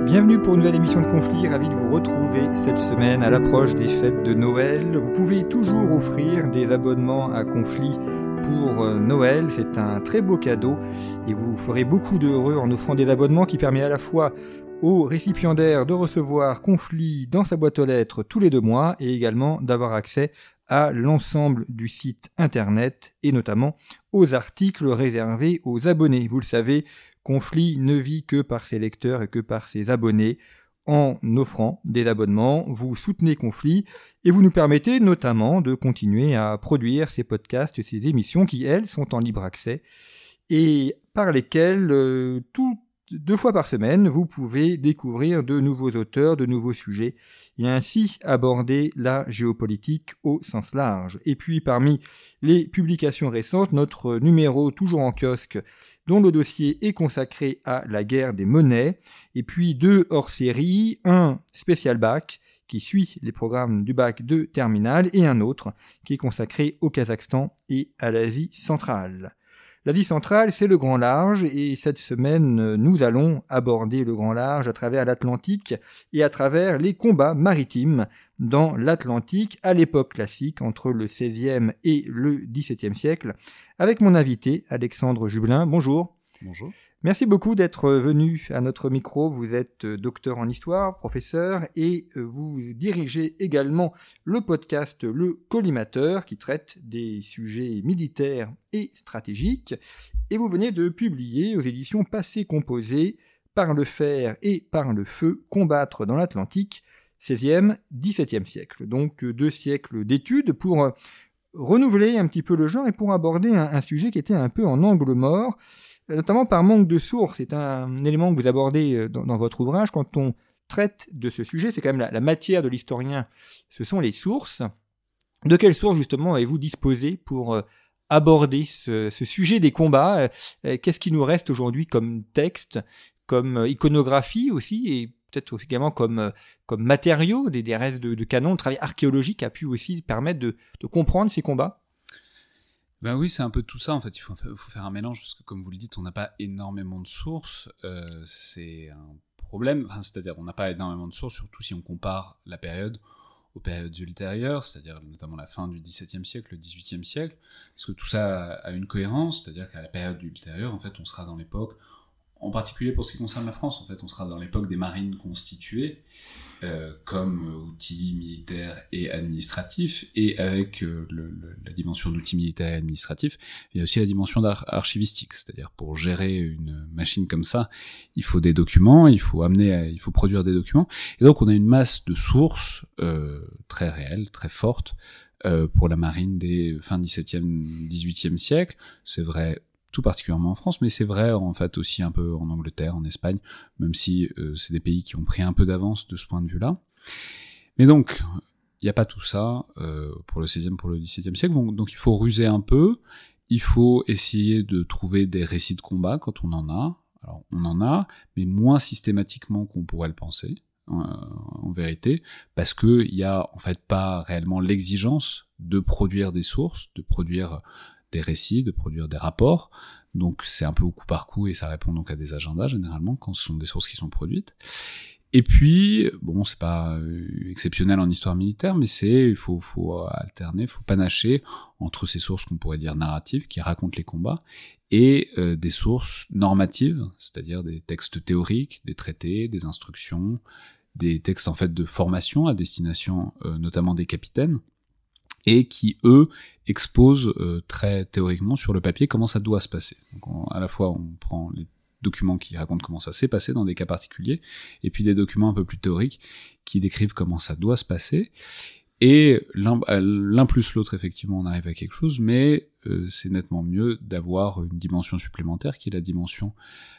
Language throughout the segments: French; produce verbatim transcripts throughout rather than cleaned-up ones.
Bienvenue pour une nouvelle émission de Conflit, ravi de vous retrouver cette semaine à l'approche des fêtes de Noël. Vous pouvez toujours offrir des abonnements à Conflit pour Noël, c'est un très beau cadeau et vous ferez beaucoup d'heureux en offrant des abonnements qui permettent à la fois au récipiendaire de recevoir Conflit dans sa boîte aux lettres tous les deux mois et également d'avoir accès à l'ensemble du site internet et notamment aux articles réservés aux abonnés. Vous le savez, Conflit ne vit que par ses lecteurs et que par ses abonnés. En offrant des abonnements, vous soutenez Conflit et vous nous permettez notamment de continuer à produire ces podcasts, ces émissions qui, elles, sont en libre accès et par lesquelles, euh, tout, deux fois par semaine, vous pouvez découvrir de nouveaux auteurs, de nouveaux sujets et ainsi aborder la géopolitique au sens large. Et puis, parmi les publications récentes, notre numéro toujours en kiosque dont le dossier est consacré à la guerre des monnaies, et puis deux hors-série, un spécial bac qui suit les programmes du bac de terminale, et un autre qui est consacré au Kazakhstan et à l'Asie centrale. L'Asie centrale, c'est le grand large, et cette semaine, nous allons aborder le grand large à travers l'Atlantique et à travers les combats maritimes dans l'Atlantique à l'époque classique, entre le seizième et le dix-septième siècle, avec mon invité, Alexandre Jublin. Bonjour. Bonjour. Merci beaucoup d'être venu à notre micro. Vous êtes docteur en histoire, professeur, et vous dirigez également le podcast Le Collimateur, qui traite des sujets militaires et stratégiques. Et vous venez de publier aux éditions Passé Composé, Par le fer et par le feu, combattre dans l'Atlantique, seizième, dix-septième siècle. Donc deux siècles d'études pour renouveler un petit peu le genre et pour aborder un, un sujet qui était un peu en angle mort, notamment par manque de sources. C'est un élément que vous abordez dans, dans votre ouvrage. Quand on traite de ce sujet, c'est quand même la, la matière de l'historien, ce sont les sources. De quelles sources, justement, avez-vous disposé pour euh, aborder ce, ce sujet des combats ? euh, Qu'est-ce qui nous reste aujourd'hui comme texte, comme iconographie aussi, et peut-être aussi également comme, comme matériaux, des, des restes de, de canons? Le travail archéologique a pu aussi permettre de, de comprendre ces combats. Ben oui, c'est un peu tout ça, en fait. Il faut, faut faire un mélange, parce que comme vous le dites, on n'a pas énormément de sources. Euh, c'est un problème, enfin, c'est-à-dire on n'a pas énormément de sources, surtout si on compare la période aux périodes ultérieures, c'est-à-dire notamment la fin du dix-septième siècle, le dix-huitième siècle. Est-ce que tout ça a une cohérence? C'est-à-dire qu'à la période ultérieure, en fait, on sera dans l'époque, en particulier pour ce qui concerne la France, en fait, on sera dans l'époque des marines constituées, euh, comme outils militaires et administratifs, et avec euh, le, le, la dimension d'outils militaires et administratifs, il y a aussi la dimension archivistique, c'est-à-dire pour gérer une machine comme ça, il faut des documents, il faut amener, à, il faut produire des documents, et donc on a une masse de sources euh, très réelles, très fortes, euh, pour la marine des fin dix-septième, dix-huitième siècle. C'est vrai tout particulièrement en France, mais c'est vrai en fait aussi un peu en Angleterre, en Espagne, même si euh, c'est des pays qui ont pris un peu d'avance de ce point de vue-là. Mais donc, il n'y a pas tout ça euh, pour le seizième, pour le dix-septième siècle, donc, donc il faut ruser un peu, il faut essayer de trouver des récits de combat quand on en a. Alors on en a, mais moins systématiquement qu'on pourrait le penser, euh, en vérité, parce qu'il n'y a en fait pas réellement l'exigence de produire des sources, de produire des récits, de produire des rapports, donc c'est un peu au coup par coup et ça répond donc à des agendas généralement quand ce sont des sources qui sont produites. Et puis, bon, c'est pas exceptionnel en histoire militaire, mais c'est, il faut, faut alterner, faut panacher entre ces sources qu'on pourrait dire narratives, qui racontent les combats, et euh, des sources normatives, c'est-à-dire des textes théoriques, des traités, des instructions, des textes en fait de formation à destination euh, notamment des capitaines, et qui, eux, exposent euh, très théoriquement sur le papier comment ça doit se passer. Donc on, à la fois, on prend les documents qui racontent comment ça s'est passé dans des cas particuliers, et puis des documents un peu plus théoriques qui décrivent comment ça doit se passer, et l'un, l'un plus l'autre, effectivement, on arrive à quelque chose, mais euh, c'est nettement mieux d'avoir une dimension supplémentaire qui est la dimension,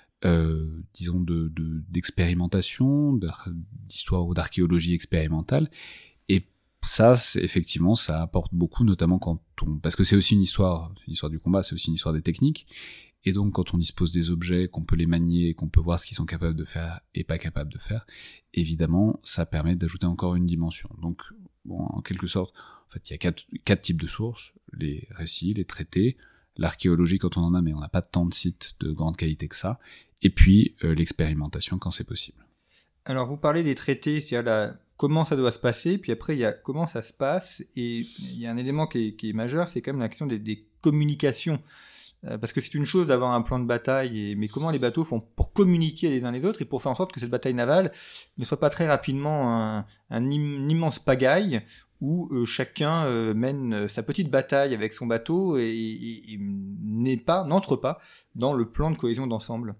euh, disons, de, de, d'expérimentation, d'histoire ou d'archéologie expérimentale, et ça, c'est, effectivement, ça apporte beaucoup, notamment quand on... Parce que c'est aussi une histoire, une histoire du combat, c'est aussi une histoire des techniques, et donc quand on dispose des objets, qu'on peut les manier, qu'on peut voir ce qu'ils sont capables de faire et pas capables de faire, évidemment, ça permet d'ajouter encore une dimension. Donc, bon, en quelque sorte, en fait, il y a quatre, quatre types de sources, les récits, les traités, l'archéologie quand on en a, mais on n'a pas tant de sites de grande qualité que ça, et puis euh, l'expérimentation quand c'est possible. Alors vous parlez des traités, c'est-à-dire la, comment ça doit se passer, puis après il y a comment ça se passe, et il y a un élément qui est, qui est majeur, c'est quand même la question des, des communications. Euh, parce que c'est une chose d'avoir un plan de bataille, et, mais comment les bateaux font pour communiquer les uns les autres et pour faire en sorte que cette bataille navale ne soit pas très rapidement un, un im, immense pagaille où euh, chacun euh, mène sa petite bataille avec son bateau et, et, et n'est pas, n'entre pas dans le plan de cohésion d'ensemble.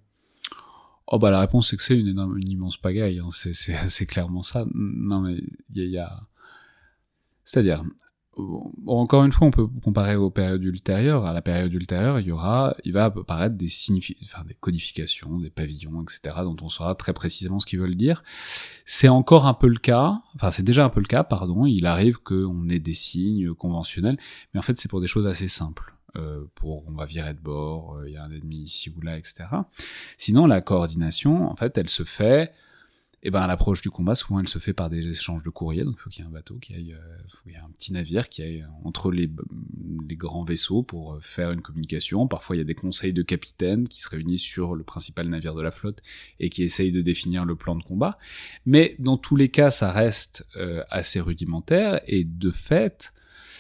Oh bah la réponse c'est que c'est une énorme, une immense pagaille, hein. c'est, c'est, c'est clairement ça. Non mais il y, y a, c'est-à-dire, bon, encore une fois, on peut comparer aux périodes ultérieures. À la période ultérieure, il y aura, il va apparaître des signifi- enfin des codifications, des pavillons, et cetera, dont on saura très précisément ce qu'ils veulent dire. C'est encore un peu le cas, enfin c'est déjà un peu le cas, pardon. Il arrive qu'on ait des signes conventionnels, mais en fait c'est pour des choses assez simples. Euh, pour on va virer de bord, il euh, y a un ennemi ici ou là, et cetera. Sinon, la coordination, en fait, elle se fait. Et ben à l'approche du combat, souvent elle se fait par des échanges de courriers, donc il faut qu'il y ait un bateau qui aille, euh, faut qu'il y ait un petit navire qui aille entre les, les grands vaisseaux pour faire une communication. Parfois il y a des conseils de capitaines qui se réunissent sur le principal navire de la flotte et qui essayent de définir le plan de combat. Mais dans tous les cas, ça reste euh, assez rudimentaire, et de fait,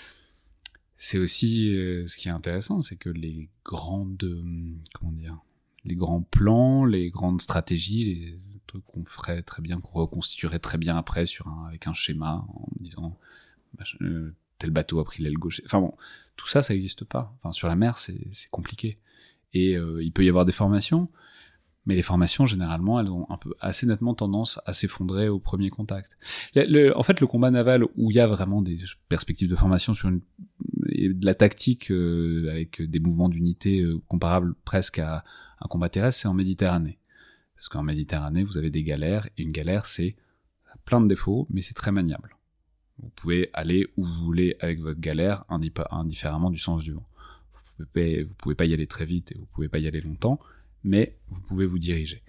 c'est aussi euh, ce qui est intéressant, c'est que les grandes, euh, comment dire, les grands plans, les grandes stratégies, les trucs qu'on ferait très bien, qu'on reconstituerait très bien après sur un, avec un schéma en disant euh, tel bateau a pris l'aile gauche. Enfin bon, tout ça, ça n'existe pas. Enfin, sur la mer, c'est, c'est compliqué. Et euh, il peut y avoir des formations, mais les formations, généralement, elles ont un peu, assez nettement tendance à s'effondrer au premier contact. Le, le, en fait, le combat naval, où il y a vraiment des perspectives de formation sur une, et de la tactique euh, avec des mouvements d'unité euh, comparables presque à un combat terrestre, c'est en Méditerranée. Parce qu'en Méditerranée, vous avez des galères, et une galère, c'est plein de défauts, mais c'est très maniable. Vous pouvez aller où vous voulez avec votre galère, indifféremment du sens du vent. Vous pouvez, vous pouvez pas y aller très vite, et vous pouvez pas y aller longtemps, mais vous pouvez vous diriger.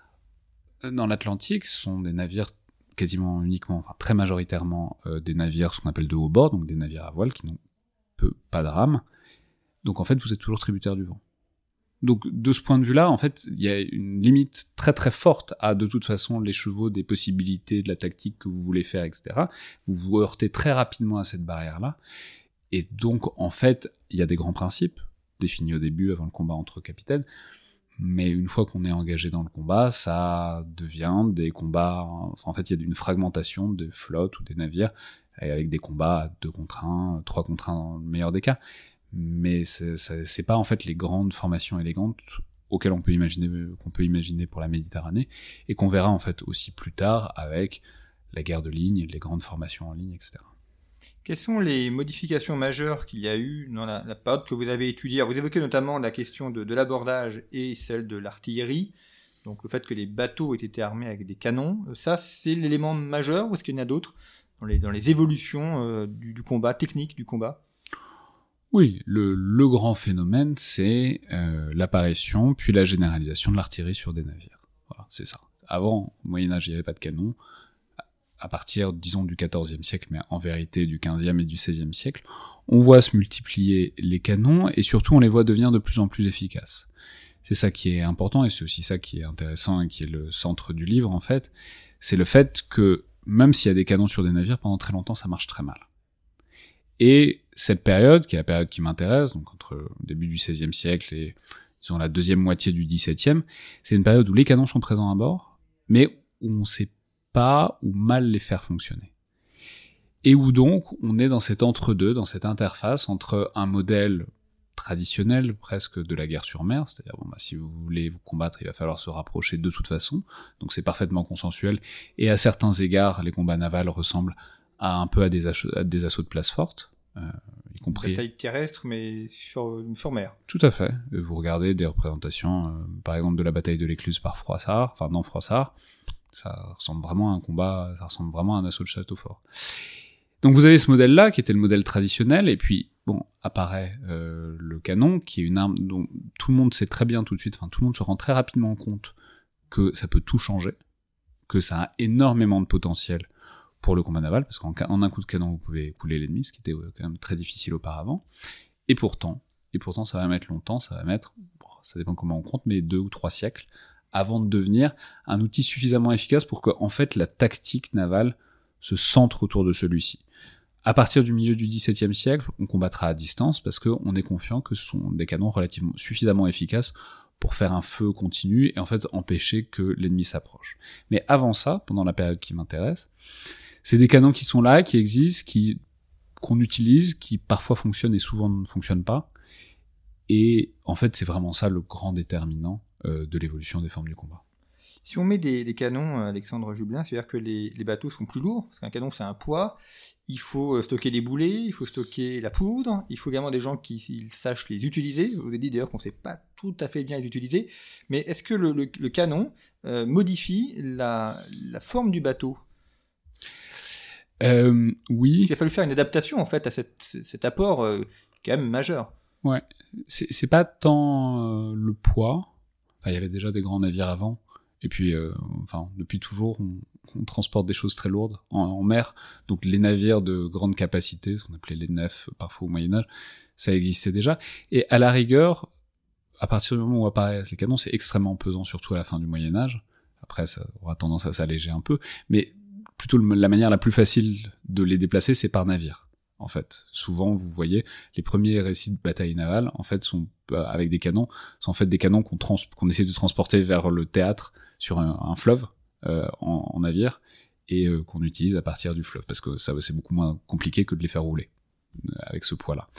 Dans l'Atlantique, ce sont des navires quasiment uniquement, enfin très majoritairement, euh, des navires ce qu'on appelle de haut bord, donc des navires à voile qui n'ont peu, pas de rame. Donc en fait, vous êtes toujours tributaire du vent. Donc de ce point de vue-là, en fait, il y a une limite très très forte à de toute façon l'écheveau des possibilités de la tactique que vous voulez faire, et cetera. Vous vous heurtez très rapidement à cette barrière-là. Et donc, en fait, il y a des grands principes définis au début, avant le combat entre capitaines, mais une fois qu'on est engagé dans le combat, ça devient des combats... Enfin, en fait, il y a une fragmentation des flottes ou des navires, avec des combats à deux contre un, trois contre un dans le meilleur des cas. Mais c'est, c'est, c'est pas en fait les grandes formations élégantes auxquelles on peut imaginer, qu'on peut imaginer pour la Méditerranée, et qu'on verra en fait aussi plus tard avec la guerre de ligne, les grandes formations en ligne, et cetera. Quelles sont les modifications majeures qu'il y a eu dans la, la période que vous avez étudiée? Vous évoquez notamment la question de, de l'abordage et celle de l'artillerie, donc le fait que les bateaux aient été armés avec des canons. Ça, c'est l'élément majeur, ou est-ce qu'il y en a d'autres dans les, dans les évolutions euh, du, du combat, technique du combat? Oui, le, le grand phénomène, c'est euh, l'apparition puis la généralisation de l'artillerie sur des navires. Voilà, c'est ça. Avant, au Moyen-Âge, il n'y avait pas de canon. À partir, disons, du quatorzième siècle, mais en vérité du quinzième et du seizième siècle, on voit se multiplier les canons, et surtout on les voit devenir de plus en plus efficaces. C'est ça qui est important, et c'est aussi ça qui est intéressant, et qui est le centre du livre, en fait, c'est le fait que, même s'il y a des canons sur des navires, pendant très longtemps, ça marche très mal. Et cette période, qui est la période qui m'intéresse, donc entre le début du seizième siècle et, disons, la deuxième moitié du dix-septième, c'est une période où les canons sont présents à bord, mais où on sait pas ou mal les faire fonctionner. Et où donc, on est dans cet entre-deux, dans cette interface entre un modèle traditionnel, presque de la guerre sur mer, c'est-à-dire, bon, bah, si vous voulez vous combattre, il va falloir se rapprocher de toute façon, donc c'est parfaitement consensuel, et à certains égards, les combats navals ressemblent à un peu à des, assauts, à des assauts de place forte, euh, y compris... Bataille terrestre, mais sur, sur mer. Tout à fait. Vous regardez des représentations, euh, par exemple, de la bataille de l'Écluse par Froissart, enfin, non, Froissart, ça ressemble vraiment à un combat, ça ressemble vraiment à un assaut de château fort. Donc vous avez ce modèle-là, qui était le modèle traditionnel, et puis, bon, apparaît euh, le canon, qui est une arme dont tout le monde sait très bien tout de suite, enfin, tout le monde se rend très rapidement compte que ça peut tout changer, que ça a énormément de potentiel pour le combat naval, parce qu'en en un coup de canon, vous pouvez couler l'ennemi, ce qui était quand même très difficile auparavant, et pourtant, et pourtant, ça va mettre longtemps, ça va mettre, bon, ça dépend comment on compte, mais deux ou trois siècles, avant de devenir un outil suffisamment efficace pour que, en fait, la tactique navale se centre autour de celui-ci. À partir du milieu du dix-septième siècle, on combattra à distance parce qu'on est confiant que ce sont des canons relativement suffisamment efficaces pour faire un feu continu et en fait empêcher que l'ennemi s'approche. Mais avant ça, pendant la période qui m'intéresse, c'est des canons qui sont là, qui existent, qui qu'on utilise, qui parfois fonctionnent et souvent ne fonctionnent pas. Et en fait, c'est vraiment ça le grand déterminant euh, de l'évolution des formes du combat. Si on met des, des canons, Alexandre Jublin, c'est-à-dire que les, les bateaux sont plus lourds, parce qu'un canon c'est un poids, il faut stocker les boulets, il faut stocker la poudre, il faut également des gens qui ils sachent les utiliser. Je vous ai dit d'ailleurs qu'on ne sait pas tout à fait bien les utiliser, mais est-ce que le, le, le canon euh, modifie la, la forme du bateau ? euh, Oui. Il a fallu faire une adaptation en fait à cette, cet apport euh, quand même majeur. Ouais, c'est, c'est pas tant euh, le poids. Enfin, il y avait déjà des grands navires avant. Et puis, euh, enfin, depuis toujours, on, on transporte des choses très lourdes en, en mer. Donc, les navires de grande capacité, ce qu'on appelait les nefs parfois au Moyen-Âge, ça existait déjà. Et à la rigueur, à partir du moment où apparaissent les canons, c'est extrêmement pesant, surtout à la fin du Moyen-Âge. Après, ça aura tendance à s'alléger un peu. Mais plutôt le, la manière la plus facile de les déplacer, c'est par navire. En fait, souvent, vous voyez, les premiers récits de bataille navale, en fait, sont euh, avec des canons, sont en fait des canons qu'on, trans- qu'on essaie de transporter vers le théâtre sur un, un fleuve euh, en, en navire et euh, qu'on utilise à partir du fleuve parce que ça c'est beaucoup moins compliqué que de les faire rouler euh, avec ce poids-là.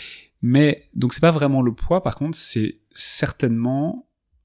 Mais donc c'est pas vraiment le poids, par contre, c'est certainement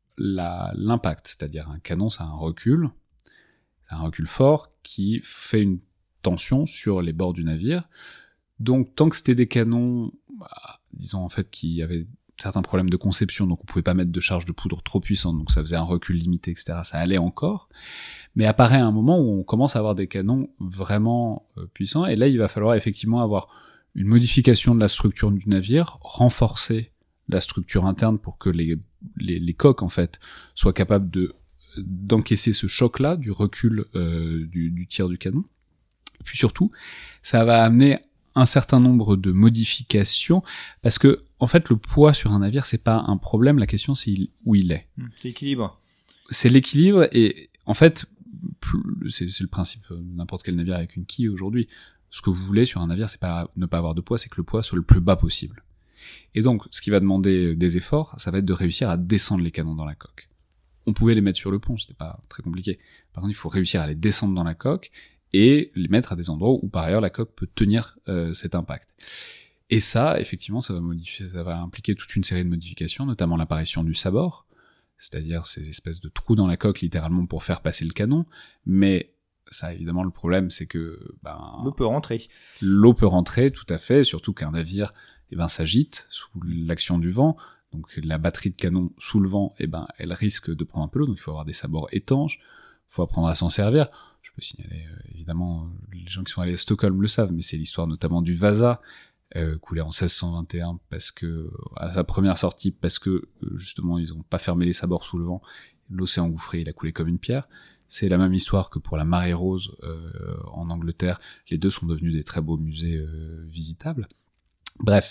la, l'impact, c'est-à-dire un canon, c'est un recul, c'est un recul fort qui fait une tension sur les bords du navire. Donc, tant que c'était des canons, bah, disons en fait, qui avaient certains problèmes de conception, donc on pouvait pas mettre de charge de poudre trop puissante, donc ça faisait un recul limité, et cetera. Ça allait encore. Mais apparaît un moment où on commence à avoir des canons vraiment euh, puissants, et là, il va falloir effectivement avoir une modification de la structure du navire, renforcer la structure interne pour que les, les, les coques, en fait, soient capables de d'encaisser ce choc-là, du recul euh, du, du tir du canon. Et puis surtout, ça va amener un certain nombre de modifications, parce que en fait le poids sur un navire c'est pas un problème, la question c'est où il est. C'est l'équilibre. C'est l'équilibre, et en fait plus, c'est, c'est le principe de n'importe quel navire avec une quille aujourd'hui. Ce que vous voulez sur un navire, c'est pas ne pas avoir de poids, c'est que le poids soit le plus bas possible. Et donc ce qui va demander des efforts, ça va être de réussir à descendre les canons dans la coque. On pouvait les mettre sur le pont, c'était pas très compliqué. Par contre, il faut réussir à les descendre dans la coque et les mettre à des endroits où, par ailleurs, la coque peut tenir euh, cet impact. Et ça, effectivement, ça va modifier, ça va impliquer toute une série de modifications, notamment l'apparition du sabord, c'est-à-dire ces espèces de trous dans la coque, littéralement, pour faire passer le canon. Mais ça, évidemment, le problème, c'est que... Ben, l'eau peut rentrer. L'eau peut rentrer, tout à fait, surtout qu'un navire eh ben, s'agite sous l'action du vent. Donc la batterie de canon sous le vent, eh ben, elle risque de prendre un peu l'eau, donc il faut avoir des sabords étanches, il faut apprendre à s'en servir. Je peux signaler, euh, évidemment, les gens qui sont allés à Stockholm le savent, mais c'est l'histoire notamment du Vasa, euh, coulé en seize cent vingt et un, parce que, à sa première sortie, parce que, euh, justement, ils ont pas fermé les sabords sous le vent, l'eau s'est engouffrée, il a coulé comme une pierre. C'est la même histoire que pour la Marée Rose, euh, en Angleterre. Les deux sont devenus des très beaux musées euh, visitables. Bref.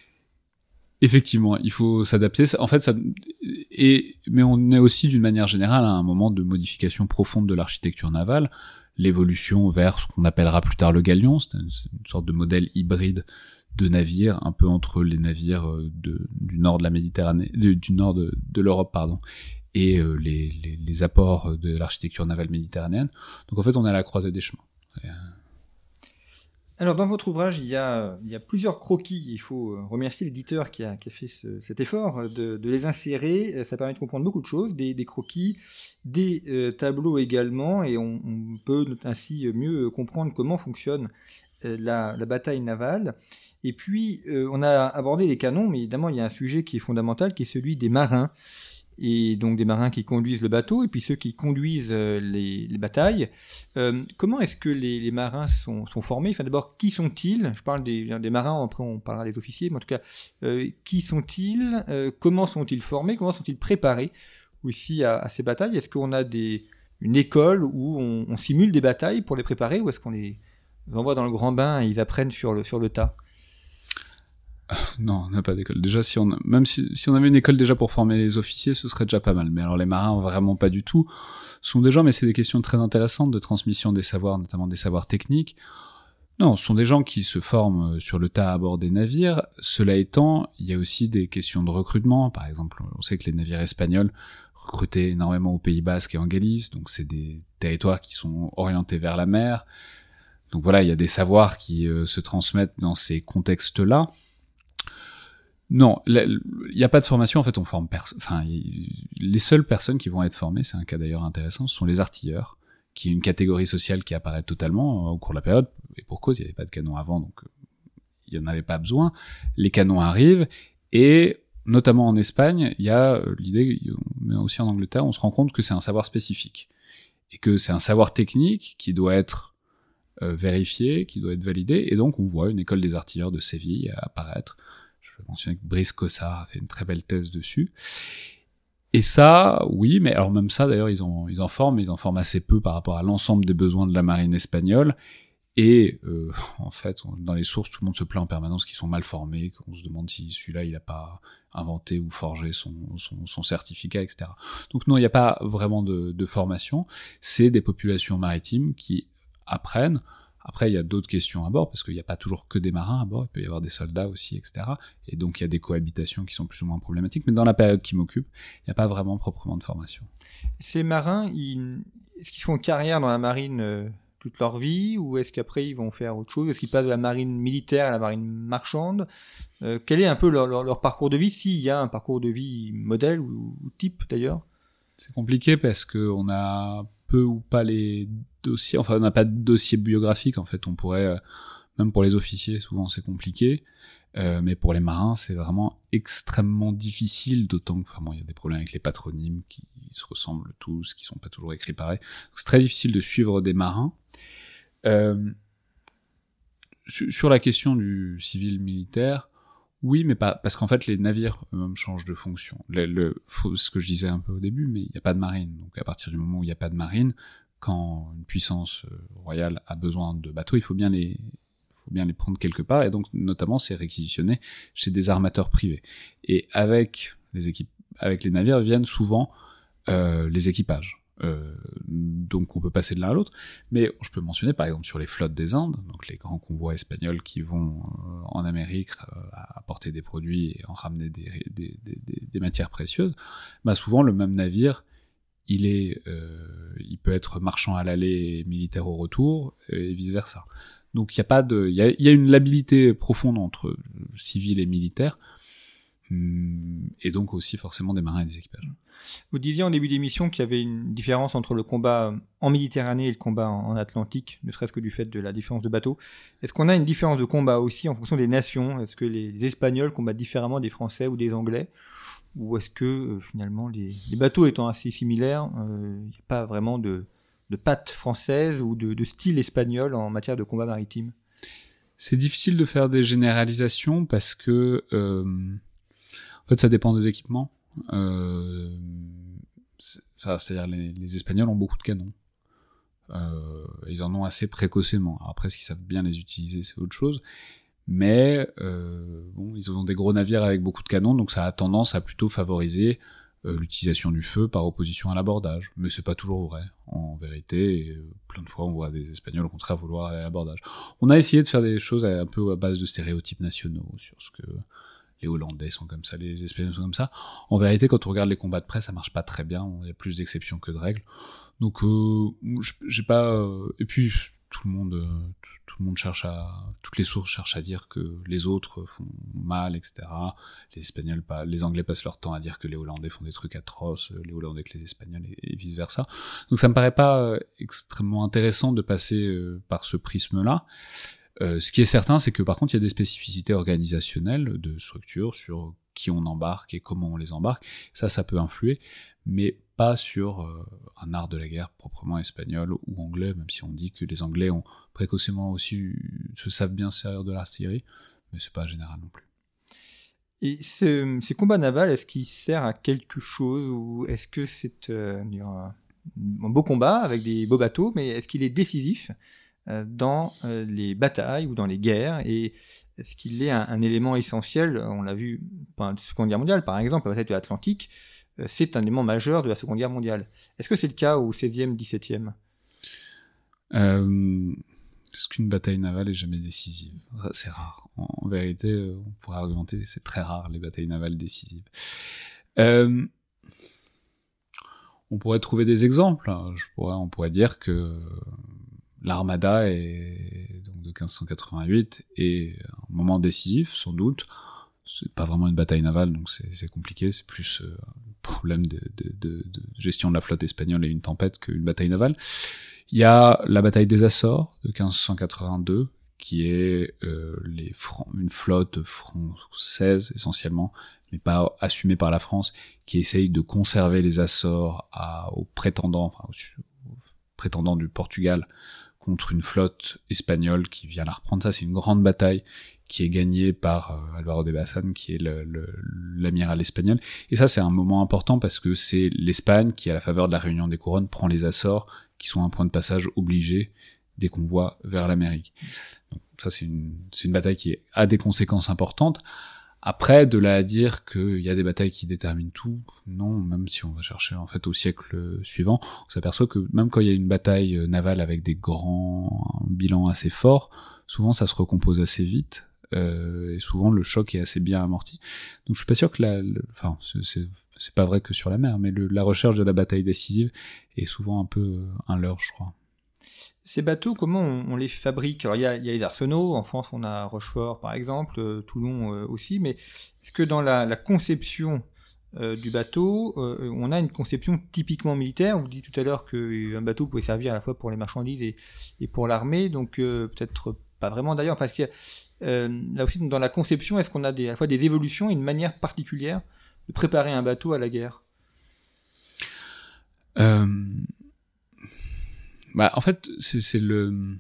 Effectivement, il faut s'adapter. En fait, ça, et, mais on est aussi d'une manière générale à un moment de modification profonde de l'architecture navale, l'évolution vers ce qu'on appellera plus tard le galion, c'est une, c'est une sorte de modèle hybride de navire, un peu entre les navires de, du nord de la Méditerranée, de, du nord de, de l'Europe, pardon, et euh, les, les, les apports de l'architecture navale méditerranéenne. Donc en fait, on est à la croisée des chemins. Et, euh, Alors, dans votre ouvrage, il y a, il y a plusieurs croquis. Il faut remercier l'éditeur qui a, qui a fait ce, cet effort de, de les insérer. Ça permet de comprendre beaucoup de choses, des, des croquis, des euh, tableaux également, et on, on peut ainsi mieux comprendre comment fonctionne euh, la, la bataille navale. Et puis, euh, on a abordé les canons, mais évidemment, il y a un sujet qui est fondamental, qui est celui des marins. Et donc des marins qui conduisent le bateau, et puis ceux qui conduisent euh, les, les batailles. Euh, comment est-ce que les, les marins sont, sont formés ? Enfin, d'abord, qui sont-ils ? Je parle des, des marins, après on parlera des officiers, mais en tout cas, euh, qui sont-ils ? euh, Comment sont-ils formés ? Comment sont-ils préparés aussi à, à ces batailles ? Est-ce qu'on a des, une école où on, on simule des batailles pour les préparer, ou est-ce qu'on les envoie dans le grand bain et ils apprennent sur le, sur le tas ? Non, on n'a pas d'école. Déjà, si on, même si, si on avait une école déjà pour former les officiers, ce serait déjà pas mal. Mais alors les marins, vraiment pas du tout. Ce sont des gens, mais c'est des questions très intéressantes de transmission des savoirs, notamment des savoirs techniques. Non, ce sont des gens qui se forment sur le tas à bord des navires. Cela étant, il y a aussi des questions de recrutement. Par exemple, on sait que les navires espagnols recrutaient énormément au Pays Basque et en Galice. Donc c'est des territoires qui sont orientés vers la mer. Donc voilà, il y a des savoirs qui euh, se transmettent dans ces contextes-là. Non, il n'y a pas de formation, en fait, on forme pers- enfin, y, les seules personnes qui vont être formées, c'est un cas d'ailleurs intéressant, ce sont les artilleurs, qui est une catégorie sociale qui apparaît totalement euh, au cours de la période, et pour cause, il n'y avait pas de canon avant, donc euh, il n'y en avait pas besoin. Les canons arrivent, et notamment en Espagne, il y a euh, l'idée, mais aussi en Angleterre, on se rend compte que c'est un savoir spécifique, et que c'est un savoir technique qui doit être euh, vérifié, qui doit être validé, et donc on voit une école des artilleurs de Séville apparaître. Je peux mentionner que Brice Cossard a fait une très belle thèse dessus. Et ça, oui, mais alors même ça, d'ailleurs, ils en, ils en forment, mais ils en forment assez peu par rapport à l'ensemble des besoins de la marine espagnole. Et euh, en fait, dans les sources, tout le monde se plaint en permanence qu'ils sont mal formés, qu'on se demande si celui-là, il n'a pas inventé ou forgé son, son, son certificat, et cetera. Donc non, il n'y a pas vraiment de, de formation. C'est des populations maritimes qui apprennent. Après, il y a d'autres questions à bord, parce qu'il n'y a pas toujours que des marins à bord, il peut y avoir des soldats aussi, et cetera. Et donc, il y a des cohabitations qui sont plus ou moins problématiques, mais dans la période qui m'occupe, il n'y a pas vraiment proprement de formation. Ces marins, ils... est-ce qu'ils font carrière dans la marine euh, toute leur vie, ou est-ce qu'après ils vont faire autre chose? Est-ce qu'ils passent de la marine militaire à la marine marchande? euh, Quel est un peu leur, leur, leur parcours de vie, s'il y a un parcours de vie modèle ou, ou type d'ailleurs? C'est compliqué parce qu'on a peu ou pas les dossiers, enfin on n'a pas de dossier biographique en fait, on pourrait, euh, même pour les officiers souvent c'est compliqué, euh, mais pour les marins c'est vraiment extrêmement difficile, d'autant que enfin, bon, y a des problèmes avec les patronymes qui se ressemblent tous, qui sont pas toujours écrits pareil, donc c'est très difficile de suivre des marins. Euh, sur la question du civil militaire, oui, mais pas parce qu'en fait les navires eux-mêmes changent de fonction. Le, le, ce que je disais un peu au début, mais il n'y a pas de marine. Donc à partir du moment où il n'y a pas de marine, quand une puissance royale a besoin de bateaux, il faut bien les, faut bien les prendre quelque part. Et donc notamment c'est réquisitionné chez des armateurs privés. Et avec les équipes, avec les navires viennent souvent euh, les équipages. Euh, donc on peut passer de l'un à l'autre, mais je peux mentionner par exemple sur les flottes des Indes, donc les grands convois espagnols qui vont euh, en Amérique euh, apporter des produits et en ramener des, des, des, des matières précieuses, bah souvent le même navire, il est, euh, il peut être marchand à l'aller et militaire au retour et vice versa. Donc il y a pas de, il y a, il y a une labilité profonde entre civil et militaire. Et donc aussi forcément des marins et des équipages. Vous disiez en début d'émission qu'il y avait une différence entre le combat en Méditerranée et le combat en Atlantique, ne serait-ce que du fait de la différence de bateaux. Est-ce qu'on a une différence de combat aussi en fonction des nations? Est-ce que les Espagnols combattent différemment des Français ou des Anglais? Ou est-ce que euh, finalement les, les bateaux étant assez similaires, il euh, n'y a pas vraiment de, de patte française ou de, de style espagnol en matière de combat maritime? C'est difficile de faire des généralisations parce que euh, en fait, ça dépend des équipements. Euh, c'est, enfin, c'est-à-dire les, les Espagnols ont beaucoup de canons. Euh, ils en ont assez précocement. Alors après, est-ce qu'ils savent bien les utiliser, c'est autre chose. Mais euh, bon, ils ont des gros navires avec beaucoup de canons, donc ça a tendance à plutôt favoriser euh, l'utilisation du feu par opposition à l'abordage. Mais c'est pas toujours vrai. En vérité, et, euh, plein de fois, on voit des Espagnols au contraire vouloir aller à l'abordage. On a essayé de faire des choses un peu à base de stéréotypes nationaux sur ce que les Hollandais sont comme ça, les Espagnols sont comme ça. En vérité, quand on regarde les combats de presse, ça marche pas très bien. Il y a plus d'exceptions que de règles. Donc, euh, j'ai pas. Euh, et puis, tout le monde, euh, tout, tout le monde cherche à, toutes les sources cherchent à dire que les autres font mal, et cetera. Les Espagnols, pas, les Anglais passent leur temps à dire que les Hollandais font des trucs atroces, les Hollandais que les Espagnols et, et vice versa. Donc, ça me paraît pas euh, extrêmement intéressant de passer euh, par ce prisme-là. Euh, ce qui est certain, c'est que par contre, il y a des spécificités organisationnelles de structure sur qui on embarque et comment on les embarque. Ça, ça peut influer, mais pas sur euh, un art de la guerre proprement espagnol ou anglais, même si on dit que les Anglais ont précocement aussi se savent bien servir de l'artillerie, mais c'est pas général non plus. Et ce, ces combats navals, est-ce qu'ils servent à quelque chose, ou est-ce que c'est euh, un, un beau combat avec des beaux bateaux, mais est-ce qu'il est décisif dans euh, les batailles ou dans les guerres, et est-ce qu'il est un, un élément essentiel? On l'a vu pendant la Seconde Guerre mondiale, par exemple, la bataille de l'Atlantique, euh, c'est un élément majeur de la Seconde Guerre mondiale. Est-ce que c'est le cas au seizième, dix-septième? euh, Est-ce qu'une bataille navale est jamais décisive? C'est rare. En, en vérité, on pourrait argumenter, c'est très rare les batailles navales décisives. Euh, on pourrait trouver des exemples. Je pourrais, on pourrait dire que l'Armada est donc de quinze cent quatre-vingt-huit est un moment décisif, sans doute. C'est pas vraiment une bataille navale, donc c'est, c'est compliqué. C'est plus euh, un problème de, de, de, de gestion de la flotte espagnole et une tempête qu'une bataille navale. Il y a la bataille des Açores de quinze cent quatre-vingt-deux, qui est euh, les Fran- une flotte française essentiellement, mais pas assumée par la France, qui essaye de conserver les Açores à, aux prétendants, enfin aux, aux prétendants du Portugal, contre une flotte espagnole qui vient la reprendre. Ça, c'est une grande bataille qui est gagnée par euh, Álvaro de Bazán, qui est le, le, l'amiral espagnol. Et ça, c'est un moment important parce que c'est l'Espagne qui, à la faveur de la réunion des couronnes, prend les Açores, qui sont un point de passage obligé des convois vers l'Amérique. Donc ça, c'est une, c'est une bataille qui a des conséquences importantes. Après, de là à dire qu'il y a des batailles qui déterminent tout, non, même si on va chercher en fait au siècle suivant, on s'aperçoit que même quand il y a une bataille navale avec des grands bilans assez forts, souvent ça se recompose assez vite, euh, et souvent le choc est assez bien amorti. Donc je suis pas sûr que la, le, enfin, c'est, c'est, c'est pas vrai que sur la mer, mais le, la recherche de la bataille décisive est souvent un peu un leurre, je crois. Ces bateaux, comment on, on les fabrique? Alors, il y a, il y a les arsenaux. En France, on a Rochefort, par exemple, euh, Toulon euh, aussi. Mais est-ce que dans la, la conception euh, du bateau, euh, on a une conception typiquement militaire? Vous dites tout à l'heure qu'un bateau pouvait servir à la fois pour les marchandises et, et pour l'armée. Donc, euh, peut-être pas vraiment d'ailleurs. Enfin, qu'il y a, euh, là aussi, dans la conception, est-ce qu'on a des, à la fois des évolutions et une manière particulière de préparer un bateau à la guerre? Euh... Bah, en fait, c'est, c'est le...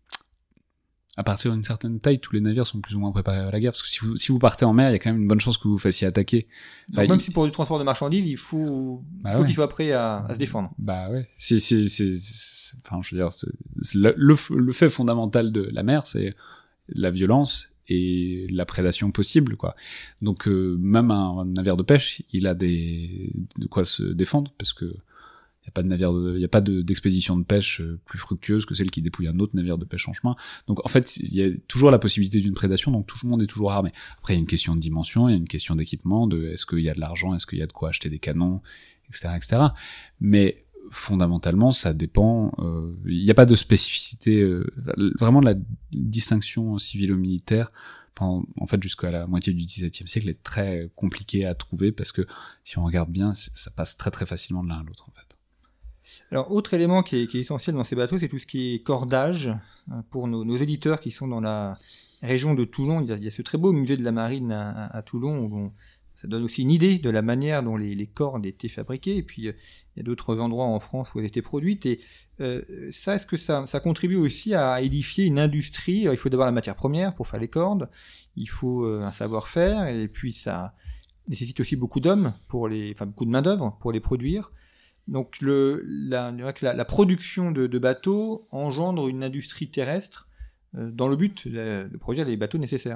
À partir d'une certaine taille, tous les navires sont plus ou moins préparés à la guerre, parce que si vous, si vous partez en mer, il y a quand même une bonne chance que vous vous fassiez attaquer. Donc enfin, même il... si pour du transport de marchandises, il faut, bah faut ouais. qu'il soit prêt à, à se défendre. Bah ouais. C'est, c'est, c'est, c'est... Enfin, je veux dire, c'est... Le, le, le fait fondamental de la mer, c'est la violence et la prédation possible, quoi. Donc, euh, même un, un navire de pêche, il a des... de quoi se défendre, parce que il y a pas de navire de, il y a pas de, d'expédition de pêche plus fructueuse que celle qui dépouille un autre navire de pêche en chemin. Donc en fait, il y a toujours la possibilité d'une prédation, donc tout le monde est toujours armé. Après, il y a une question de dimension, il y a une question d'équipement, de est-ce qu'il y a de l'argent, est-ce qu'il y a de quoi acheter des canons, et cetera, et cetera. Mais fondamentalement, ça dépend. Euh, il n'y a pas de spécificité. Euh, vraiment, la distinction civilo-militaire, en fait, jusqu'à la moitié du dix-septième siècle, est très compliquée à trouver parce que si on regarde bien, ça passe très très facilement de l'un à l'autre, en fait. Alors, autre élément qui est, qui est essentiel dans ces bateaux, c'est tout ce qui est cordage. Pour nos, nos éditeurs qui sont dans la région de Toulon, il y a, il y a ce très beau musée de la marine à, à, à Toulon, où on, ça donne aussi une idée de la manière dont les, les cordes étaient fabriquées. Et puis, euh, il y a d'autres endroits en France où elles étaient produites. Et euh, ça, est-ce que ça, ça contribue aussi à édifier une industrie? Alors, il faut d'abord la matière première pour faire les cordes, il faut euh, un savoir-faire, et puis ça nécessite aussi beaucoup d'hommes, pour les, enfin beaucoup de main-d'œuvre pour les produire. Donc le, la, la, la production de, de bateaux engendre une industrie terrestre euh, dans le but de, de produire les bateaux nécessaires.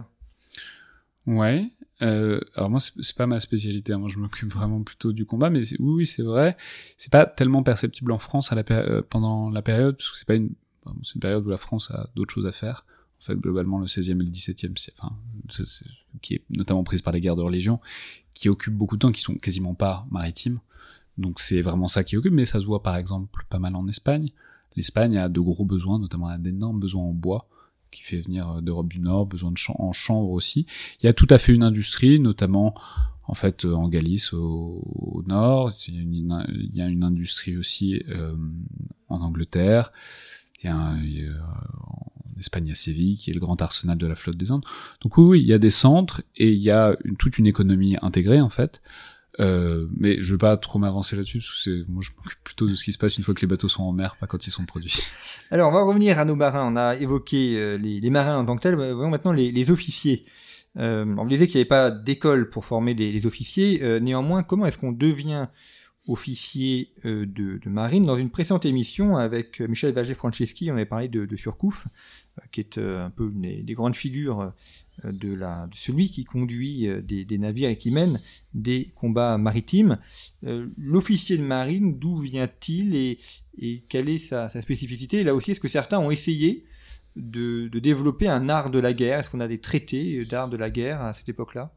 Ouais. Euh, alors moi c'est, c'est pas ma spécialité. Hein. Moi je m'occupe vraiment plutôt du combat, mais c'est, oui oui c'est vrai. C'est pas tellement perceptible en France à la euh, pendant la période, parce que c'est pas une c'est une période où la France a d'autres choses à faire. En fait globalement le seizième et le dix-septième siècle, enfin c'est, c'est, qui est notamment prise par les guerres de religion, qui occupent beaucoup de temps, qui sont quasiment pas maritimes. Donc c'est vraiment ça qui occupe, mais ça se voit par exemple pas mal en Espagne. L'Espagne a de gros besoins, notamment a d'énormes besoins en bois, qui fait venir d'Europe du Nord, besoin de ch- en chanvre aussi. Il y a tout à fait une industrie, notamment en fait en Galice au, au nord. Il y a une, il y a une industrie aussi euh, en Angleterre. Il y a, un, il y a en Espagne à Séville, qui est le grand arsenal de la flotte des Indes. Donc oui, oui, il y a des centres et il y a une, toute une économie intégrée en fait. Euh, mais je veux pas trop m'avancer là-dessus parce que c'est, moi je m'occupe plutôt de ce qui se passe une fois que les bateaux sont en mer, pas quand ils sont produits. Alors on va revenir à nos marins. On a évoqué euh, les, les marins en tant que tels. Voyons maintenant les, les officiers. Euh, on disait qu'il n'y avait pas d'école pour former les, les officiers. Euh, néanmoins, comment est-ce qu'on devient officier euh, de, de marine. Dans une précédente émission avec Michel Vaget-Franceschi, on avait parlé de, de Surcouf, euh, qui est euh, un peu une des, des grandes figures euh, de, la, de celui qui conduit euh, des, des navires et qui mène des combats maritimes. Euh, l'officier de marine, d'où vient-il et, et quelle est sa, sa spécificité? Et là aussi, est-ce que certains ont essayé de, de développer un art de la guerre? Est-ce qu'on a des traités d'art de la guerre à cette époque-là?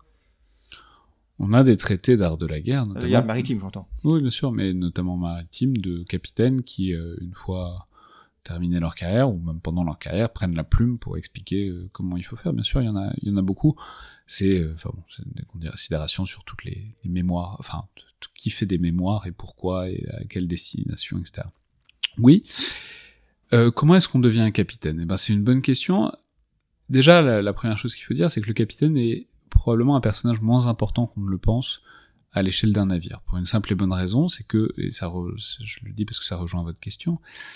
On a des traités d'art de la guerre, notamment. Guerre maritime, j'entends. Oui, bien sûr, mais notamment maritime, de capitaines qui, euh, une fois terminé leur carrière, ou même pendant leur carrière, prennent la plume pour expliquer euh, comment il faut faire. Bien sûr, il y en a, il y en a beaucoup. C'est, euh, enfin bon, c'est des considérations sur toutes les, les mémoires, enfin, tout, qui fait des mémoires et pourquoi et à quelle destination, et cetera. Oui. Euh, comment est-ce qu'on devient un capitaine? Eh ben, c'est une bonne question. Déjà, la, la première chose qu'il faut dire, c'est que le capitaine est probablement un personnage moins important qu'on ne le pense à l'échelle d'un navire. Pour une simple et bonne raison, c'est que, et ça re, je le dis parce que ça rejoint votre question,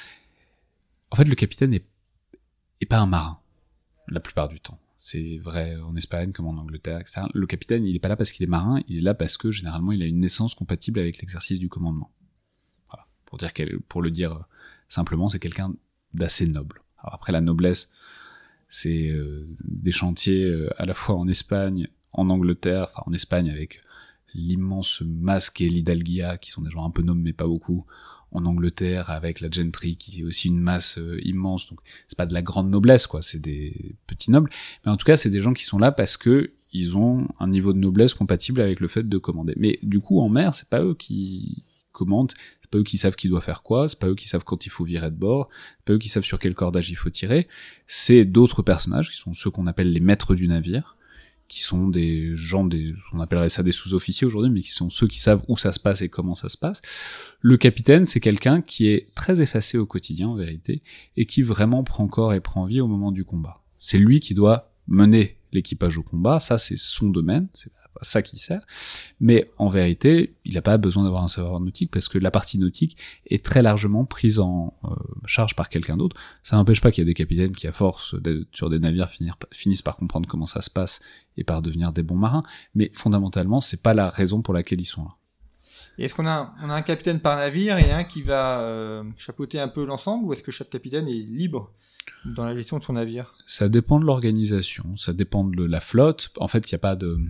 en fait, le capitaine est, est pas un marin, la plupart du temps. C'est vrai en Espagne comme en Angleterre, et cetera. Le capitaine, il est pas là parce qu'il est marin, il est là parce que, généralement, il a une naissance compatible avec l'exercice du commandement. Voilà. Pour dire qu'elle, pour le dire simplement, c'est quelqu'un d'assez noble. Alors après, la noblesse, c'est euh, des chantiers euh, à la fois en Espagne, en Angleterre, enfin en Espagne avec l'immense masse qu'est l'Hidalguía, qui sont des gens un peu nobles mais pas beaucoup, en Angleterre avec la gentry qui est aussi une masse euh, immense, donc c'est pas de la grande noblesse quoi, c'est des petits nobles, mais en tout cas c'est des gens qui sont là parce que ils ont un niveau de noblesse compatible avec le fait de commander. Mais du coup en mer, c'est pas eux qui commandent, c'est pas eux qui savent qui doit faire quoi, c'est pas eux qui savent quand il faut virer de bord, c'est pas eux qui savent sur quel cordage il faut tirer, c'est d'autres personnages qui sont ceux qu'on appelle les maîtres du navire, qui sont des gens, des, on appellerait ça des sous-officiers aujourd'hui, mais qui sont ceux qui savent où ça se passe et comment ça se passe. Le capitaine, c'est quelqu'un qui est très effacé au quotidien, en vérité, et qui vraiment prend corps et prend vie au moment du combat. C'est lui qui doit mener l'équipage au combat, ça c'est son domaine, c'est ça qui sert, mais en vérité, il n'a pas besoin d'avoir un savoir nautique parce que la partie nautique est très largement prise en euh, charge par quelqu'un d'autre. Ça n'empêche pas qu'il y a des capitaines qui, à force d'être sur des navires, finir, finissent par comprendre comment ça se passe et par devenir des bons marins, mais fondamentalement, c'est pas la raison pour laquelle ils sont là. Et est-ce qu'on a, on a un capitaine par navire et un qui va euh, chapeauter un peu l'ensemble, ou est-ce que chaque capitaine est libre dans la gestion de son navire? Ça dépend de l'organisation, ça dépend de la flotte. En fait, il n'y a pas de...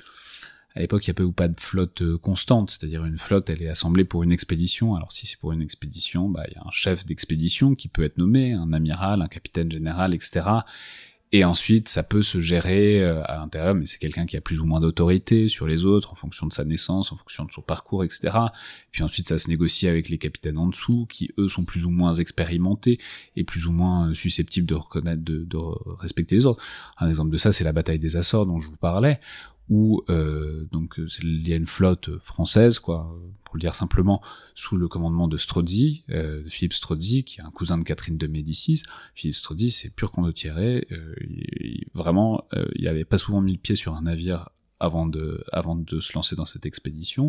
À l'époque, il n'y a pas ou pas de flotte euh, constante, c'est-à-dire une flotte, elle est assemblée pour une expédition. Alors si c'est pour une expédition, bah il y a un chef d'expédition qui peut être nommé, un amiral, un capitaine général, et cetera. Et ensuite, ça peut se gérer euh, à l'intérieur, mais c'est quelqu'un qui a plus ou moins d'autorité sur les autres, en fonction de sa naissance, en fonction de son parcours, et cetera. Puis ensuite, ça se négocie avec les capitaines en dessous, qui eux sont plus ou moins expérimentés et plus ou moins susceptibles de reconnaître, de, de respecter les ordres. Un exemple de ça, c'est la bataille des Açores dont je vous parlais, où euh, donc il y a une flotte française, quoi, pour le dire simplement, sous le commandement de Strozzi, euh, de Philippe Strozzi, qui est un cousin de Catherine de Médicis. Philippe Strozzi, c'est pur condottiere. Euh, il, il, vraiment, euh, il avait pas souvent mis le pied sur un navire avant de, avant de se lancer dans cette expédition.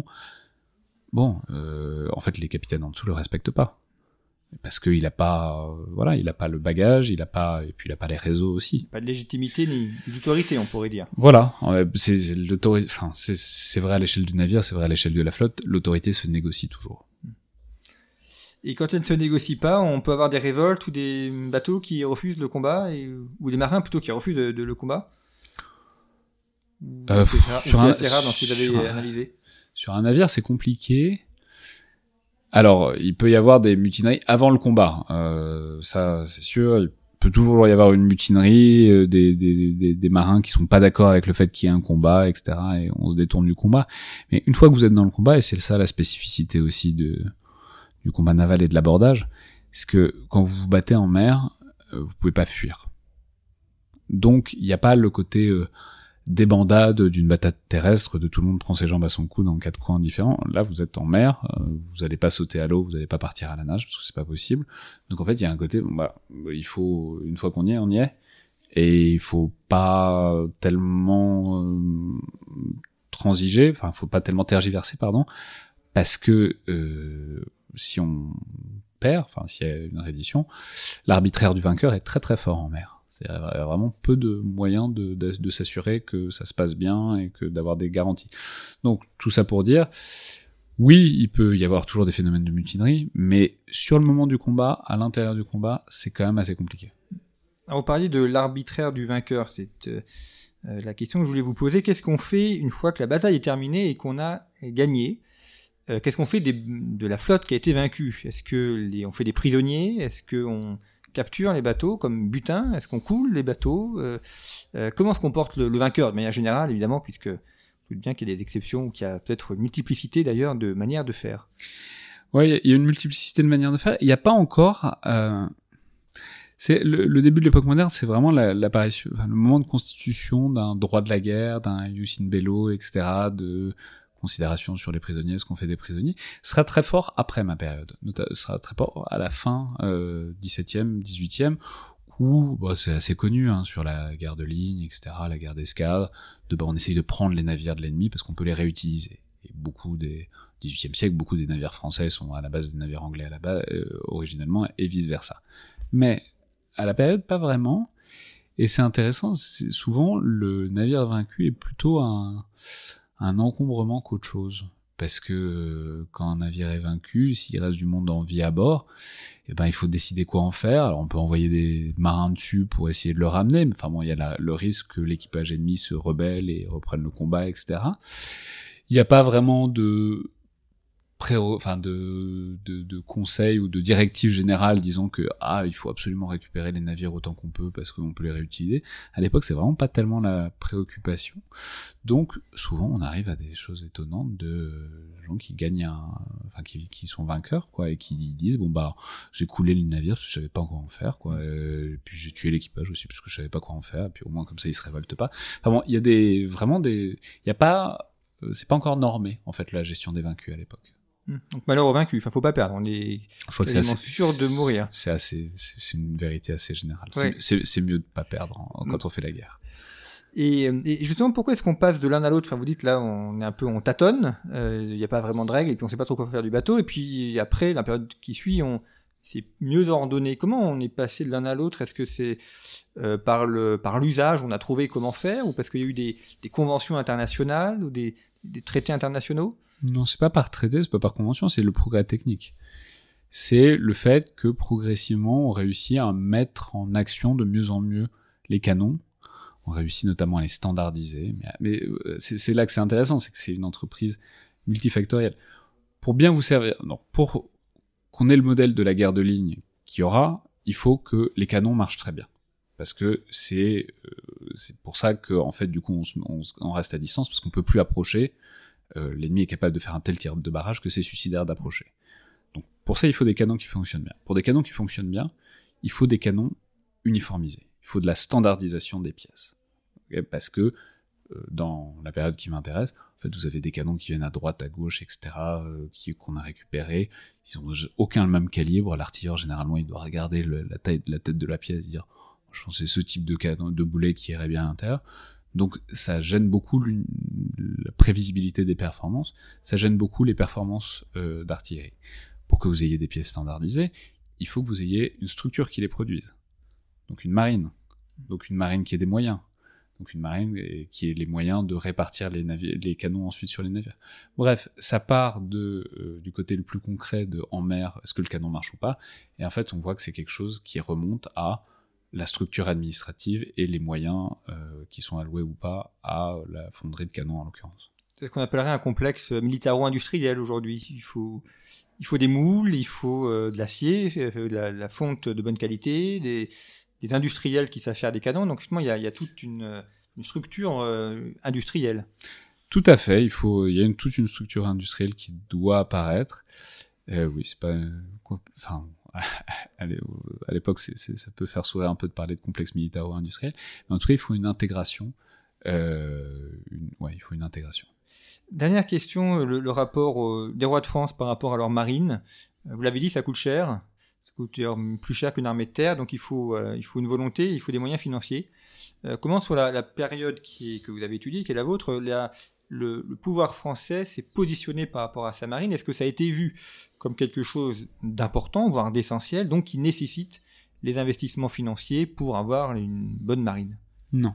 Bon, euh, en fait, les capitaines en dessous le respectent pas. Parce qu'il a pas, euh, voilà, il a pas le bagage, il a pas, et puis il a pas les réseaux aussi. Pas de légitimité ni d'autorité, on pourrait dire. Voilà, c'est, c'est l'autorité, enfin, c'est, c'est vrai à l'échelle du navire, c'est vrai à l'échelle de la flotte, l'autorité se négocie toujours. Et quand elle ne se négocie pas, on peut avoir des révoltes ou des bateaux qui refusent le combat, et, ou des marins plutôt qui refusent de, de le combat. Euh, c'est rare, sur c'est un, assez rare dans ce que vous avez sur analysé. Sur un navire, c'est compliqué. Alors, il peut y avoir des mutineries avant le combat, euh, ça c'est sûr. Il peut toujours y avoir une mutinerie, euh, des, des, des, des marins qui sont pas d'accord avec le fait qu'il y ait un combat, et cetera. Et on se détourne du combat. Mais une fois que vous êtes dans le combat, et c'est ça la spécificité aussi de du combat naval et de l'abordage, c'est que quand vous vous battez en mer, euh, vous pouvez pas fuir. Donc, il n'y a pas le côté euh, débandade d'une bataille terrestre, de tout le monde prend ses jambes à son cou dans quatre coins différents. Là, vous êtes en mer, euh, vous allez pas sauter à l'eau, vous allez pas partir à la nage, parce que c'est pas possible. Donc en fait, il y a un côté, bon, bah, il faut, une fois qu'on y est, on y est. Et il faut pas tellement euh, transiger, enfin, faut pas tellement tergiverser, pardon, parce que euh, si on perd, enfin, s'il y a une reddition, l'arbitraire du vainqueur est très très fort en mer. Il y a vraiment peu de moyens de, de, de s'assurer que ça se passe bien et que d'avoir des garanties. Donc tout ça pour dire, Oui, il peut y avoir toujours des phénomènes de mutinerie, mais sur le moment du combat, à l'intérieur du combat, c'est quand même assez compliqué. Alors, vous parliez de l'arbitraire du vainqueur, c'est euh, la question que je voulais vous poser. Qu'est-ce qu'on fait une fois que la bataille est terminée et qu'on a gagné ? euh, Qu'est-ce qu'on fait des, de la flotte qui a été vaincue ? Est-ce que les, on fait des prisonniers ? Est-ce qu'on capture les bateaux comme butin ? Est-ce qu'on coule les bateaux ? euh, euh, Comment se comporte le, le vainqueur de manière générale, évidemment, puisque je doute bien qu'il y a des exceptions ou qu'il y a peut-être une multiplicité d'ailleurs de manières de faire. Ouais, il y a une multiplicité de manières de faire. Il n'y a pas encore... Euh... C'est le, le début de l'époque moderne, c'est vraiment la, l'apparition, enfin, le moment de constitution d'un droit de la guerre, d'un ius in bello, et cetera, de considération sur les prisonniers, ce qu'on fait des prisonniers, ce sera très fort après ma période. Ce sera très fort à la fin euh, dix-septième, dix-huitième, où bah, c'est assez connu hein, sur la guerre de ligne, et cetera, la guerre d'escadre, de bah, on essaye de prendre les navires de l'ennemi parce qu'on peut les réutiliser. Et beaucoup des dix-huitième siècle, beaucoup des navires français sont à la base des navires anglais à la base euh, originellement et vice versa. Mais à la période, pas vraiment. Et c'est intéressant, c'est souvent, le navire vaincu est plutôt un, un encombrement qu'autre chose. Parce que euh, quand un navire est vaincu, s'il reste du monde en vie à bord, eh ben, il faut décider quoi en faire. Alors on peut envoyer des marins dessus pour essayer de le ramener, mais enfin bon, il y a la, le risque que l'équipage ennemi se rebelle et reprenne le combat, et cetera. Il n'y a pas vraiment de... Pré- enfin de, de, de conseils ou de directives générales disons que ah il faut absolument récupérer les navires autant qu'on peut parce qu'on peut les réutiliser. À l'époque c'est vraiment pas tellement la préoccupation, donc souvent on arrive à des choses étonnantes de gens qui gagnent un, enfin qui, qui sont vainqueurs quoi et qui disent bon bah j'ai coulé le navire parce que je savais pas quoi en faire quoi, euh, et puis j'ai tué l'équipage aussi parce que je savais pas quoi en faire et puis au moins comme ça ils se révoltent pas. Enfin bon il y a des vraiment des il y a pas c'est pas encore normé en fait la gestion des vaincus à l'époque. Donc malheur aux vaincus, enfin faut pas perdre, on est je crois que c'est assez sûr de mourir. C'est assez, c'est, c'est une vérité assez générale. Ouais. C'est, c'est, c'est mieux de pas perdre en, quand on fait la guerre. Et, et justement, pourquoi est-ce qu'on passe de l'un à l'autre ? Enfin, vous dites là, on est un peu, on tâtonne, il euh, n'y a pas vraiment de règles, et puis on sait pas trop quoi faire du bateau. Et puis après, la période qui suit, on c'est mieux ordonné. Comment on est passé de l'un à l'autre ? Est-ce que c'est euh, par le par l'usage, on a trouvé comment faire, ou parce qu'il y a eu des, des conventions internationales ou des, des traités internationaux ? Non, c'est pas par traité, c'est pas par convention, c'est le progrès technique. C'est le fait que progressivement on réussit à mettre en action de mieux en mieux les canons. On réussit notamment à les standardiser. Mais, mais c'est, c'est là que c'est intéressant, c'est que c'est une entreprise multifactorielle. Pour bien vous servir, non, pour qu'on ait le modèle de la guerre de ligne qu'il y aura, il faut que les canons marchent très bien. Parce que c'est, euh, c'est pour ça que en fait du coup on, on, on reste à distance parce qu'on peut plus approcher. Euh, l'ennemi est capable de faire un tel tir de barrage que c'est suicidaire d'approcher. Donc pour ça, il faut des canons qui fonctionnent bien. Pour des canons qui fonctionnent bien, il faut des canons uniformisés. Il faut de la standardisation des pièces. Okay, parce que euh, dans la période qui m'intéresse, en fait, vous avez des canons qui viennent à droite, à gauche, et cetera, euh, qui, qu'on a récupérés. Ils ont aucun le même calibre. L'artilleur, généralement, il doit regarder le, la taille de la tête de la pièce et dire « je pense que c'est ce type de canon, de boulet qui irait bien à l'intérieur ». Donc ça gêne beaucoup la prévisibilité des performances, ça gêne beaucoup les performances euh, d'artillerie. Pour que vous ayez des pièces standardisées, il faut que vous ayez une structure qui les produise. Donc une marine, donc une marine qui ait des moyens, donc une marine qui ait les moyens de répartir les, navi- les canons ensuite sur les navires. Bref, ça part de, euh, du côté le plus concret de en mer, est-ce que le canon marche ou pas, et en fait on voit que c'est quelque chose qui remonte à la structure administrative et les moyens euh, qui sont alloués ou pas à la fonderie de canons en l'occurrence. C'est ce qu'on appellerait un complexe militaro-industriel aujourd'hui. Il faut, il faut des moules, il faut euh, de l'acier, de la, la fonte de bonne qualité, des, des industriels qui savent faire des canons. Donc justement, il y a, il y a toute une, une structure euh, industrielle. Tout à fait. Il faut, il y a une, toute une structure industrielle qui doit apparaître. Euh, oui, c'est pas, enfin. À l'époque, c'est, c'est, ça peut faire sourire un peu de parler de complexe militaro-industriel, mais en tout cas, il faut une intégration. Euh, une, ouais, il faut une intégration. Dernière question, le, le rapport euh, des rois de France par rapport à leur marine. Vous l'avez dit, ça coûte cher. Ça coûte plus cher qu'une armée de terre, donc il faut, euh, il faut une volonté, il faut des moyens financiers. Euh, comment, sur la, la période qui est, que vous avez étudiée, qui est la vôtre, la, le, le pouvoir français s'est positionné par rapport à sa marine ? Est-ce que ça a été vu comme quelque chose d'important, voire d'essentiel, donc qui nécessite les investissements financiers pour avoir une bonne marine ? Non.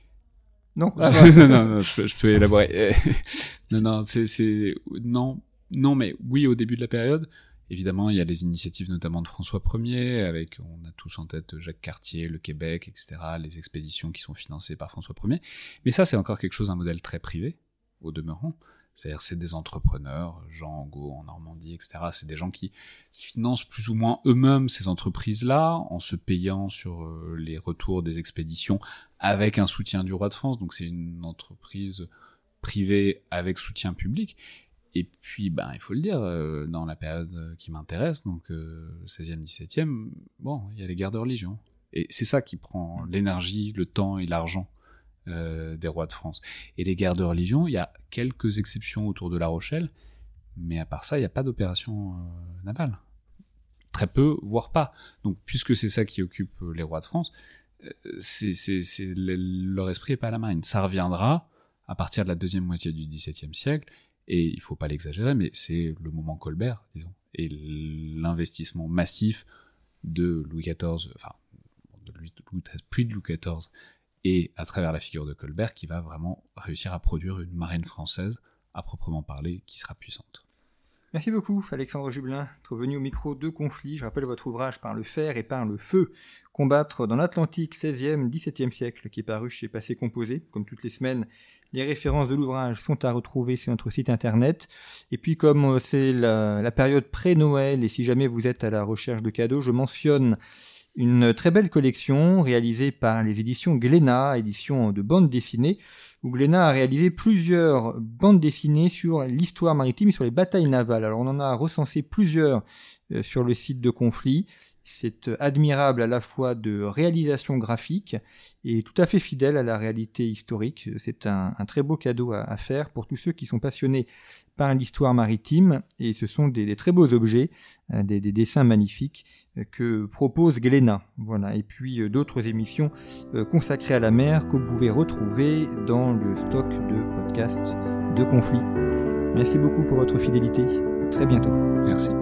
Non, non, non, non, je peux, je peux élaborer. non, non, c'est, c'est, non, non, mais oui, au début de la période, évidemment, il y a les initiatives notamment de François Ier, avec, on a tous en tête Jacques Cartier, le Québec, et cetera, les expéditions qui sont financées par François Ier. Mais ça, c'est encore quelque chose, un modèle très privé, au demeurant. C'est-à-dire, c'est des entrepreneurs, Jean Angot en Normandie, et cetera. C'est des gens qui, qui financent plus ou moins eux-mêmes ces entreprises-là, en se payant sur euh, les retours des expéditions, avec un soutien du roi de France. Donc c'est une entreprise privée avec soutien public. Et puis, ben, il faut le dire, euh, dans la période qui m'intéresse, donc euh, seizième, dix-septième, bon, il y a les guerres de religion. Et c'est ça qui prend l'énergie, le temps et l'argent euh, des rois de France. Et les guerres de religion, il y a quelques exceptions autour de La Rochelle, mais à part ça, il n'y a pas d'opération euh, navale. Très peu, voire pas. Donc, puisque c'est ça qui occupe les rois de France, euh, c'est, c'est, c'est, le, leur esprit est pas à la marine. Ça reviendra à partir de la deuxième moitié du dix-septième siècle, et il faut pas l'exagérer, mais c'est le moment Colbert, disons, et l'investissement massif de Louis quatorze, enfin, de Louis treize, puis de Louis quatorze, et à travers la figure de Colbert, qui va vraiment réussir à produire une marine française, à proprement parler, qui sera puissante. Merci beaucoup, Alexandre Jublin, d'être venu au micro de Conflits. Je rappelle votre ouvrage Par le fer et par le feu, combattre dans l'Atlantique seizième dix-septième siècle, qui est paru chez Passé Composé. Comme toutes les semaines, les références de l'ouvrage sont à retrouver sur notre site internet. Et puis, comme c'est la, la période pré-Noël, et si jamais vous êtes à la recherche de cadeaux, je mentionne une très belle collection réalisée par les éditions Glénat, édition de bande dessinée, où Glénat a réalisé plusieurs bandes dessinées sur l'histoire maritime et sur les batailles navales. Alors on en a recensé plusieurs euh, sur le site de Conflits. C'est admirable à la fois de réalisation graphique et tout à fait fidèle à la réalité historique. C'est un, un très beau cadeau à, à faire pour tous ceux qui sont passionnés par l'histoire maritime, et ce sont des, des très beaux objets, euh, des, des dessins magnifiques euh, que propose Glénat. Voilà. Et puis euh, d'autres émissions euh, consacrées à la mer que vous pouvez retrouver dans le stock de podcasts de Conflits. Merci beaucoup pour votre fidélité. À très bientôt. Merci.